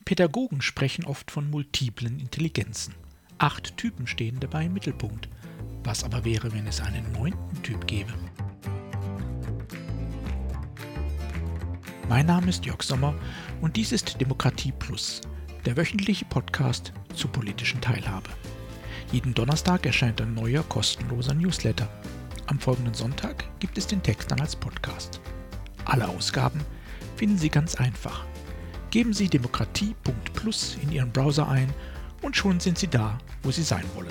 Pädagogen sprechen oft von multiplen Intelligenzen. 8 Typen stehen dabei im Mittelpunkt. Was aber wäre, wenn es einen 9. Typ gäbe? Mein Name ist Jörg Sommer und dies ist Demokratie Plus, der wöchentliche Podcast zur politischen Teilhabe. Jeden Donnerstag erscheint ein neuer kostenloser Newsletter. Am folgenden Sonntag gibt es den Text dann als Podcast. Alle Ausgaben finden Sie ganz einfach. Geben Sie demokratie.plus in Ihren Browser ein und schon sind Sie da, wo Sie sein wollen.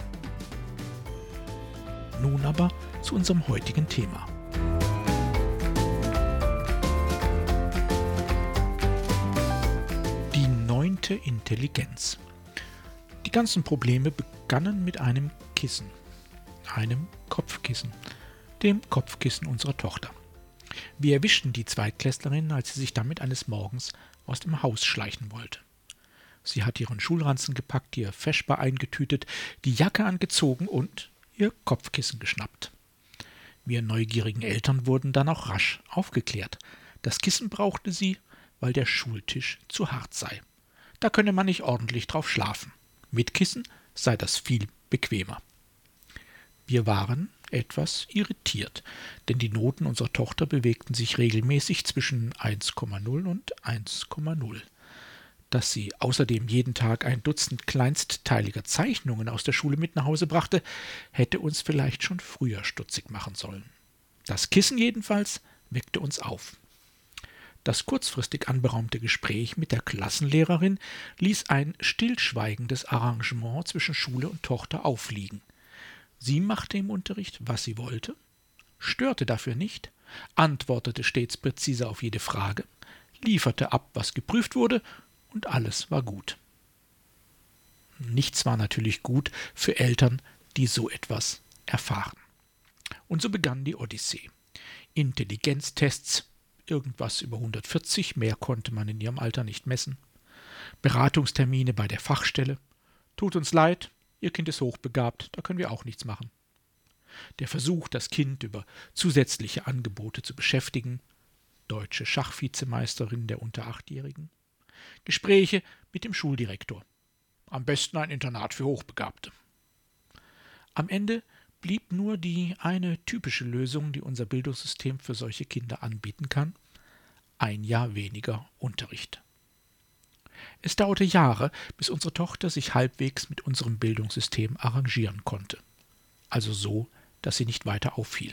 Nun aber zu unserem heutigen Thema. Die 9. Intelligenz. Die ganzen Probleme begannen mit einem Kissen, einem Kopfkissen, dem Kopfkissen unserer Tochter. Wir erwischten die Zweitklässlerin, als sie sich damit eines Morgens aus dem Haus schleichen wollte. Sie hat ihren Schulranzen gepackt, ihr Feschbar eingetütet, die Jacke angezogen und ihr Kopfkissen geschnappt. Wir neugierigen Eltern wurden dann auch rasch aufgeklärt. Das Kissen brauchte sie, weil der Schultisch zu hart sei. Da könne man nicht ordentlich drauf schlafen. Mit Kissen sei das viel bequemer. Wir waren etwas irritiert, denn die Noten unserer Tochter bewegten sich regelmäßig zwischen 1,0 und 1,0. Dass sie außerdem jeden Tag ein Dutzend kleinstteiliger Zeichnungen aus der Schule mit nach Hause brachte, hätte uns vielleicht schon früher stutzig machen sollen. Das Kissen jedenfalls weckte uns auf. Das kurzfristig anberaumte Gespräch mit der Klassenlehrerin ließ ein stillschweigendes Arrangement zwischen Schule und Tochter aufliegen. Sie machte im Unterricht, was sie wollte, störte dafür nicht, antwortete stets präzise auf jede Frage, lieferte ab, was geprüft wurde, und alles war gut. Nichts war natürlich gut für Eltern, die so etwas erfahren. Und so begann die Odyssee. Intelligenztests, irgendwas über 140, mehr konnte man in ihrem Alter nicht messen. Beratungstermine bei der Fachstelle. Tut uns leid, Ihr Kind ist hochbegabt, da können wir auch nichts machen. Der Versuch, das Kind über zusätzliche Angebote zu beschäftigen. Deutsche Schachvizemeisterin der unter 8-Jährigen. Gespräche mit dem Schuldirektor. Am besten ein Internat für Hochbegabte. Am Ende blieb nur die eine typische Lösung, die unser Bildungssystem für solche Kinder anbieten kann: ein Jahr weniger Unterricht. Es dauerte Jahre, bis unsere Tochter sich halbwegs mit unserem Bildungssystem arrangieren konnte. Also so, dass sie nicht weiter auffiel.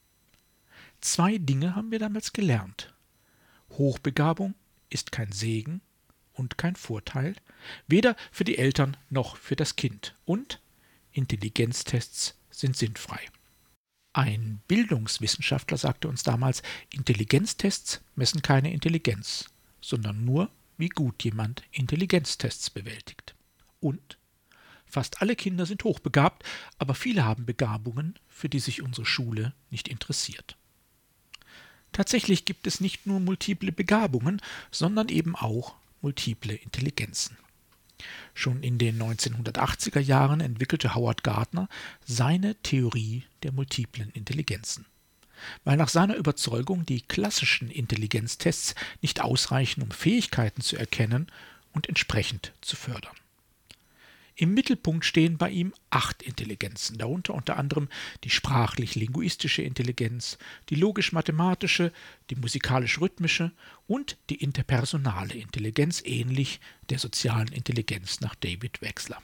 2 Dinge haben wir damals gelernt. Hochbegabung ist kein Segen und kein Vorteil, weder für die Eltern noch für das Kind. Und Intelligenztests sind sinnfrei. Ein Bildungswissenschaftler sagte uns damals, Intelligenztests messen keine Intelligenz, sondern nur, wie gut jemand Intelligenztests bewältigt. Und fast alle Kinder sind hochbegabt, aber viele haben Begabungen, für die sich unsere Schule nicht interessiert. Tatsächlich gibt es nicht nur multiple Begabungen, sondern eben auch multiple Intelligenzen. Schon in den 1980er Jahren entwickelte Howard Gardner seine Theorie der multiplen Intelligenzen. Weil nach seiner Überzeugung die klassischen Intelligenztests nicht ausreichen, um Fähigkeiten zu erkennen und entsprechend zu fördern. Im Mittelpunkt stehen bei ihm 8 Intelligenzen, darunter unter anderem die sprachlich-linguistische Intelligenz, die logisch-mathematische, die musikalisch-rhythmische und die interpersonale Intelligenz, ähnlich der sozialen Intelligenz nach David Wechsler.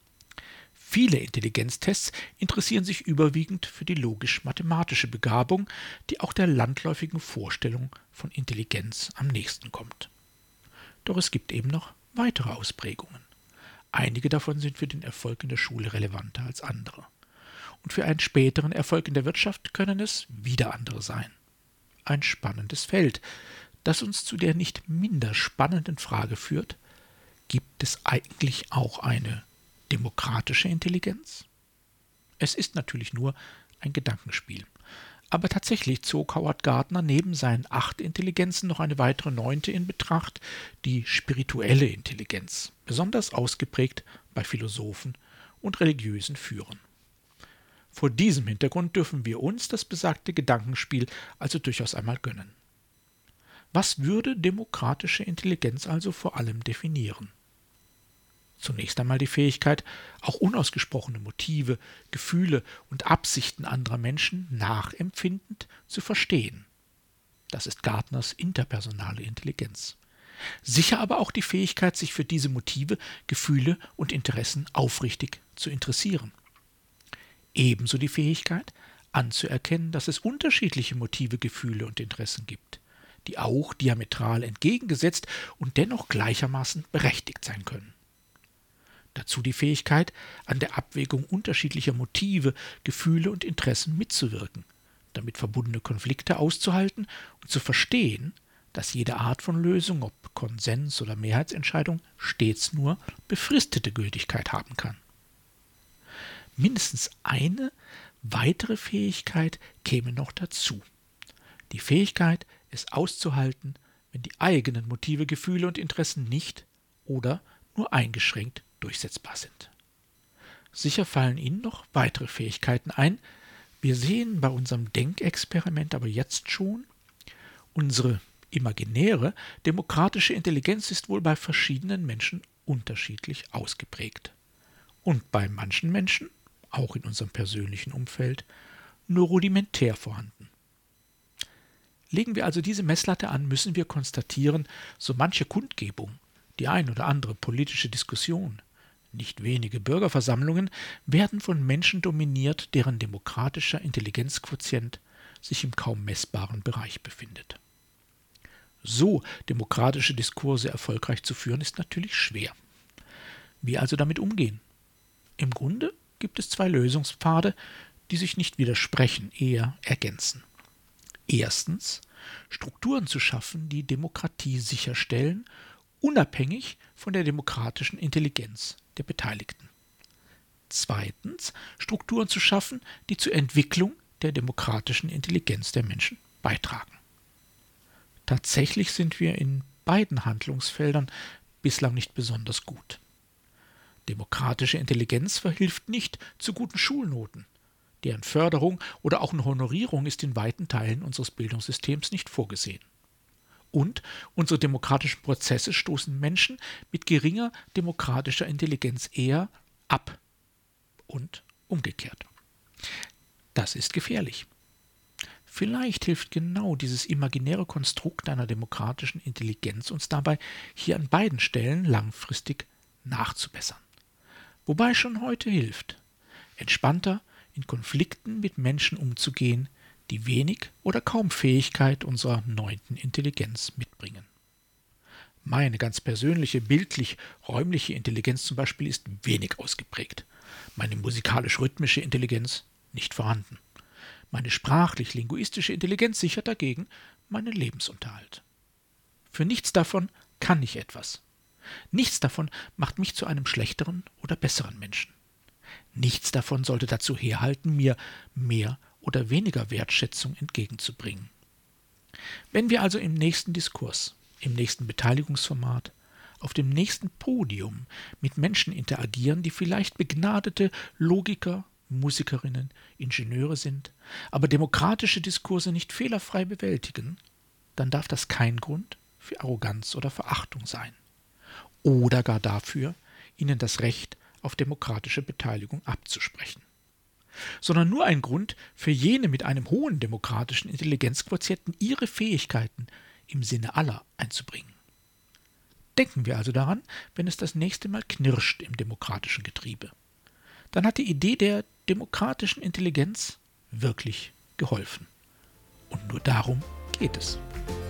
Viele Intelligenztests interessieren sich überwiegend für die logisch-mathematische Begabung, die auch der landläufigen Vorstellung von Intelligenz am nächsten kommt. Doch es gibt eben noch weitere Ausprägungen. Einige davon sind für den Erfolg in der Schule relevanter als andere. Und für einen späteren Erfolg in der Wirtschaft können es wieder andere sein. Ein spannendes Feld, das uns zu der nicht minder spannenden Frage führt: Gibt es eigentlich auch eine demokratische Intelligenz? Es ist natürlich nur ein Gedankenspiel. Aber tatsächlich zog Howard Gardner neben seinen 8 Intelligenzen noch eine weitere 9. in Betracht, die spirituelle Intelligenz, besonders ausgeprägt bei Philosophen und religiösen Führern. Vor diesem Hintergrund dürfen wir uns das besagte Gedankenspiel also durchaus einmal gönnen. Was würde demokratische Intelligenz also vor allem definieren? Zunächst einmal die Fähigkeit, auch unausgesprochene Motive, Gefühle und Absichten anderer Menschen nachempfindend zu verstehen. Das ist Gardners interpersonale Intelligenz. Sicher aber auch die Fähigkeit, sich für diese Motive, Gefühle und Interessen aufrichtig zu interessieren. Ebenso die Fähigkeit, anzuerkennen, dass es unterschiedliche Motive, Gefühle und Interessen gibt, die auch diametral entgegengesetzt und dennoch gleichermaßen berechtigt sein können. Dazu die Fähigkeit, an der Abwägung unterschiedlicher Motive, Gefühle und Interessen mitzuwirken, damit verbundene Konflikte auszuhalten und zu verstehen, dass jede Art von Lösung, ob Konsens oder Mehrheitsentscheidung, stets nur befristete Gültigkeit haben kann. Mindestens eine weitere Fähigkeit käme noch dazu. Die Fähigkeit, es auszuhalten, wenn die eigenen Motive, Gefühle und Interessen nicht oder nur eingeschränkt durchsetzbar sind. Sicher fallen Ihnen noch weitere Fähigkeiten ein. Wir sehen bei unserem Denkexperiment aber jetzt schon, unsere imaginäre demokratische Intelligenz ist wohl bei verschiedenen Menschen unterschiedlich ausgeprägt. Und bei manchen Menschen, auch in unserem persönlichen Umfeld, nur rudimentär vorhanden. Legen wir also diese Messlatte an, müssen wir konstatieren, so manche Kundgebung, die ein oder andere politische Diskussion, nicht wenige Bürgerversammlungen werden von Menschen dominiert, deren demokratischer Intelligenzquotient sich im kaum messbaren Bereich befindet. So demokratische Diskurse erfolgreich zu führen, ist natürlich schwer. Wie also damit umgehen? Im Grunde gibt es zwei Lösungspfade, die sich nicht widersprechen, eher ergänzen. Erstens, Strukturen zu schaffen, die Demokratie sicherstellen, unabhängig von der demokratischen Intelligenz der Beteiligten. Zweitens, Strukturen zu schaffen, die zur Entwicklung der demokratischen Intelligenz der Menschen beitragen. Tatsächlich sind wir in beiden Handlungsfeldern bislang nicht besonders gut. Demokratische Intelligenz verhilft nicht zu guten Schulnoten. Deren Förderung oder auch eine Honorierung ist in weiten Teilen unseres Bildungssystems nicht vorgesehen. Und unsere demokratischen Prozesse stoßen Menschen mit geringer demokratischer Intelligenz eher ab und umgekehrt. Das ist gefährlich. Vielleicht hilft genau dieses imaginäre Konstrukt einer demokratischen Intelligenz uns dabei, hier an beiden Stellen langfristig nachzubessern. Wobei schon heute hilft, entspannter in Konflikten mit Menschen umzugehen, die wenig oder kaum Fähigkeit unserer 9. Intelligenz mitbringen. Meine ganz persönliche, bildlich-räumliche Intelligenz zum Beispiel ist wenig ausgeprägt. Meine musikalisch-rhythmische Intelligenz nicht vorhanden. Meine sprachlich-linguistische Intelligenz sichert dagegen meinen Lebensunterhalt. Für nichts davon kann ich etwas. Nichts davon macht mich zu einem schlechteren oder besseren Menschen. Nichts davon sollte dazu herhalten, mir mehr oder weniger Wertschätzung entgegenzubringen. Wenn wir also im nächsten Diskurs, im nächsten Beteiligungsformat, auf dem nächsten Podium mit Menschen interagieren, die vielleicht begnadete Logiker, Musikerinnen, Ingenieure sind, aber demokratische Diskurse nicht fehlerfrei bewältigen, dann darf das kein Grund für Arroganz oder Verachtung sein. Oder gar dafür, ihnen das Recht auf demokratische Beteiligung abzusprechen. Sondern nur ein Grund für jene mit einem hohen demokratischen Intelligenzquotienten, ihre Fähigkeiten im Sinne aller einzubringen. Denken wir also daran, wenn es das nächste Mal knirscht im demokratischen Getriebe. Dann hat die Idee der demokratischen Intelligenz wirklich geholfen. Und nur darum geht es.